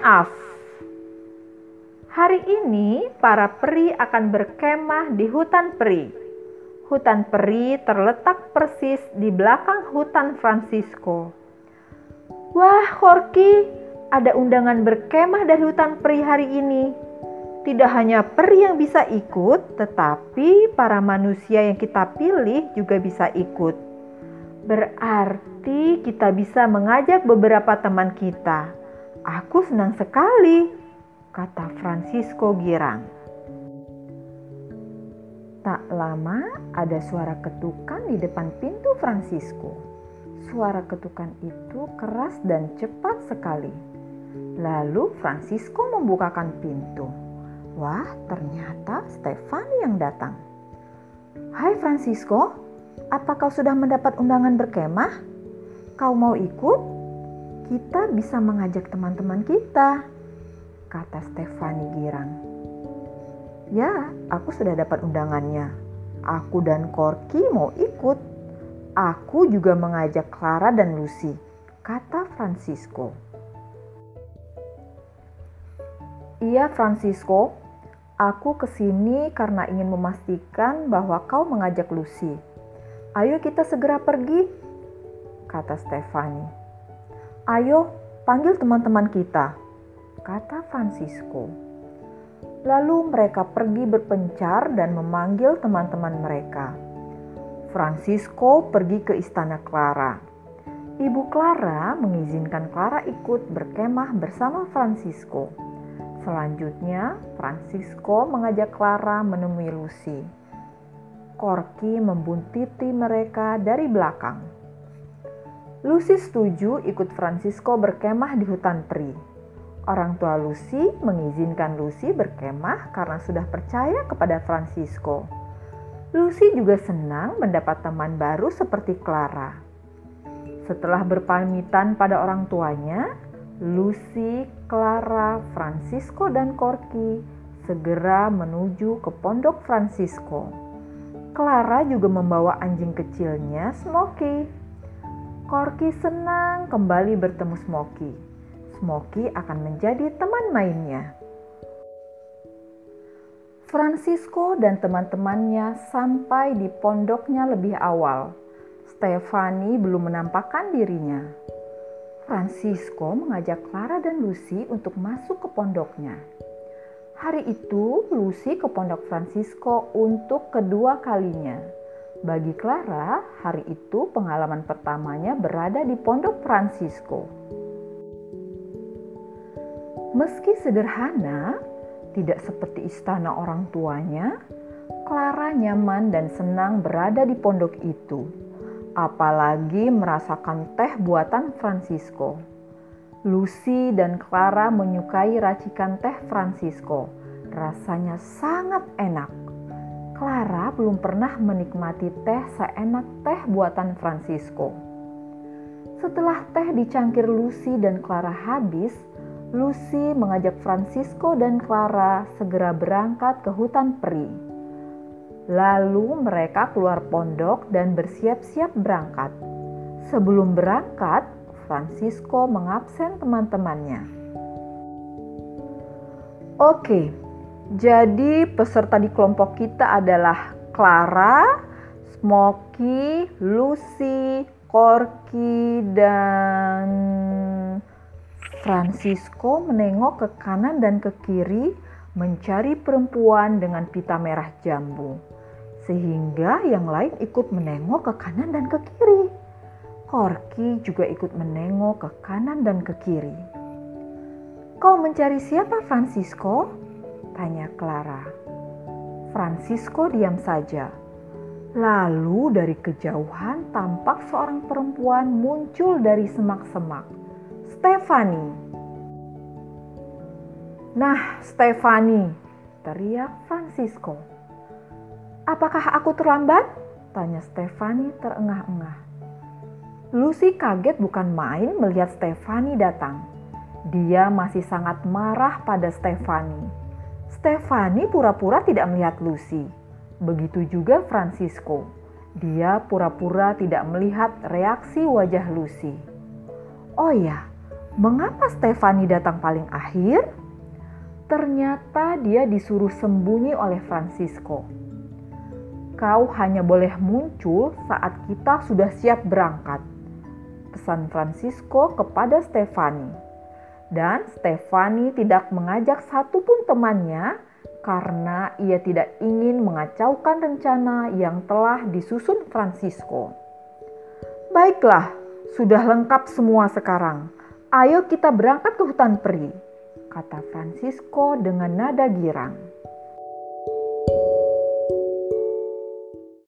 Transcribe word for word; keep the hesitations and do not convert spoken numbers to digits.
Maaf. Hari ini para peri akan berkemah di hutan peri. Hutan peri terletak persis di belakang hutan Francisco. Wah, Corky, ada undangan berkemah dari hutan peri hari ini. Tidak hanya peri yang bisa ikut, tetapi para manusia yang kita pilih juga bisa ikut. Berarti kita bisa mengajak beberapa teman kita. Aku senang sekali, kata Francisco girang. Tak lama ada suara ketukan di depan pintu Francisco. Suara ketukan itu keras dan cepat sekali. Lalu Francisco membukakan pintu. Wah, ternyata Stefani yang datang. Hai Francisco, apa kau sudah mendapat undangan berkemah? Kau mau ikut? Kita bisa mengajak teman-teman kita, kata Stefani girang. Ya, aku sudah dapat undangannya. Aku dan Corky mau ikut. Aku juga mengajak Clara dan Lucy, kata Francisco. Iya Francisco, aku kesini karena ingin memastikan bahwa kau mengajak Lucy. Ayo kita segera pergi, kata Stefani. Ayo panggil teman-teman kita, kata Francisco. Lalu mereka pergi berpencar dan memanggil teman-teman mereka. Francisco pergi ke istana Clara. Ibu Clara mengizinkan Clara ikut berkemah bersama Francisco. Selanjutnya, Francisco mengajak Clara menemui Lucy. Corky membuntiti mereka dari belakang. Lucy setuju ikut Francisco berkemah di hutan peri. Orang tua Lucy mengizinkan Lucy berkemah karena sudah percaya kepada Francisco. Lucy juga senang mendapat teman baru seperti Clara. Setelah berpamitan pada orang tuanya, Lucy, Clara, Francisco, dan Corky segera menuju ke pondok Francisco. Clara juga membawa anjing kecilnya, Smokey. Corky senang kembali bertemu Smokey. Smokey akan menjadi teman mainnya. Francisco dan teman-temannya sampai di pondoknya lebih awal. Stefani belum menampakkan dirinya. Francisco mengajak Clara dan Lucy untuk masuk ke pondoknya. Hari itu, Lucy ke pondok Francisco untuk kedua kalinya. Bagi Clara, hari itu pengalaman pertamanya berada di pondok Francisco. Meski sederhana, tidak seperti istana orang tuanya, Clara nyaman dan senang berada di pondok itu. Apalagi merasakan teh buatan Francisco. Lucy dan Clara menyukai racikan teh Francisco. Rasanya sangat enak. Clara belum pernah menikmati teh seenak teh buatan Francisco. Setelah teh di cangkir Lucy dan Clara habis, Lucy mengajak Francisco dan Clara segera berangkat ke hutan peri. Lalu mereka keluar pondok dan bersiap-siap berangkat. Sebelum berangkat, Francisco mengabsen teman-temannya. Oke, jadi peserta di kelompok kita adalah Clara, Smokey, Lucy, Corky, dan Francisco menengok ke kanan dan ke kiri mencari perempuan dengan pita merah jambu. Sehingga yang lain ikut menengok ke kanan dan ke kiri. Corky juga ikut menengok ke kanan dan ke kiri. Kau mencari siapa, Francisco? Tanya Clara. Francisco diam saja. Lalu dari kejauhan tampak seorang perempuan muncul dari semak-semak. Stefani. Nah, Stefani, teriak Francisco. Apakah aku terlambat? Tanya Stefani terengah-engah. Lucy kaget bukan main melihat Stefani datang. Dia masih sangat marah pada Stefani. Stefani pura-pura tidak melihat Lucy. Begitu juga Francisco. Dia pura-pura tidak melihat reaksi wajah Lucy. Oh ya, Mengapa Stefani datang paling akhir? Ternyata dia disuruh sembunyi oleh Fransisco. Kau hanya boleh muncul saat kita sudah siap berangkat, pesan Fransisco kepada Stefani. Dan Stefani tidak mengajak satupun temannya karena ia tidak ingin mengacaukan rencana yang telah disusun Fransisco. Baiklah, sudah lengkap semua sekarang. Ayo kita berangkat ke hutan peri, kata Fransisco dengan nada girang.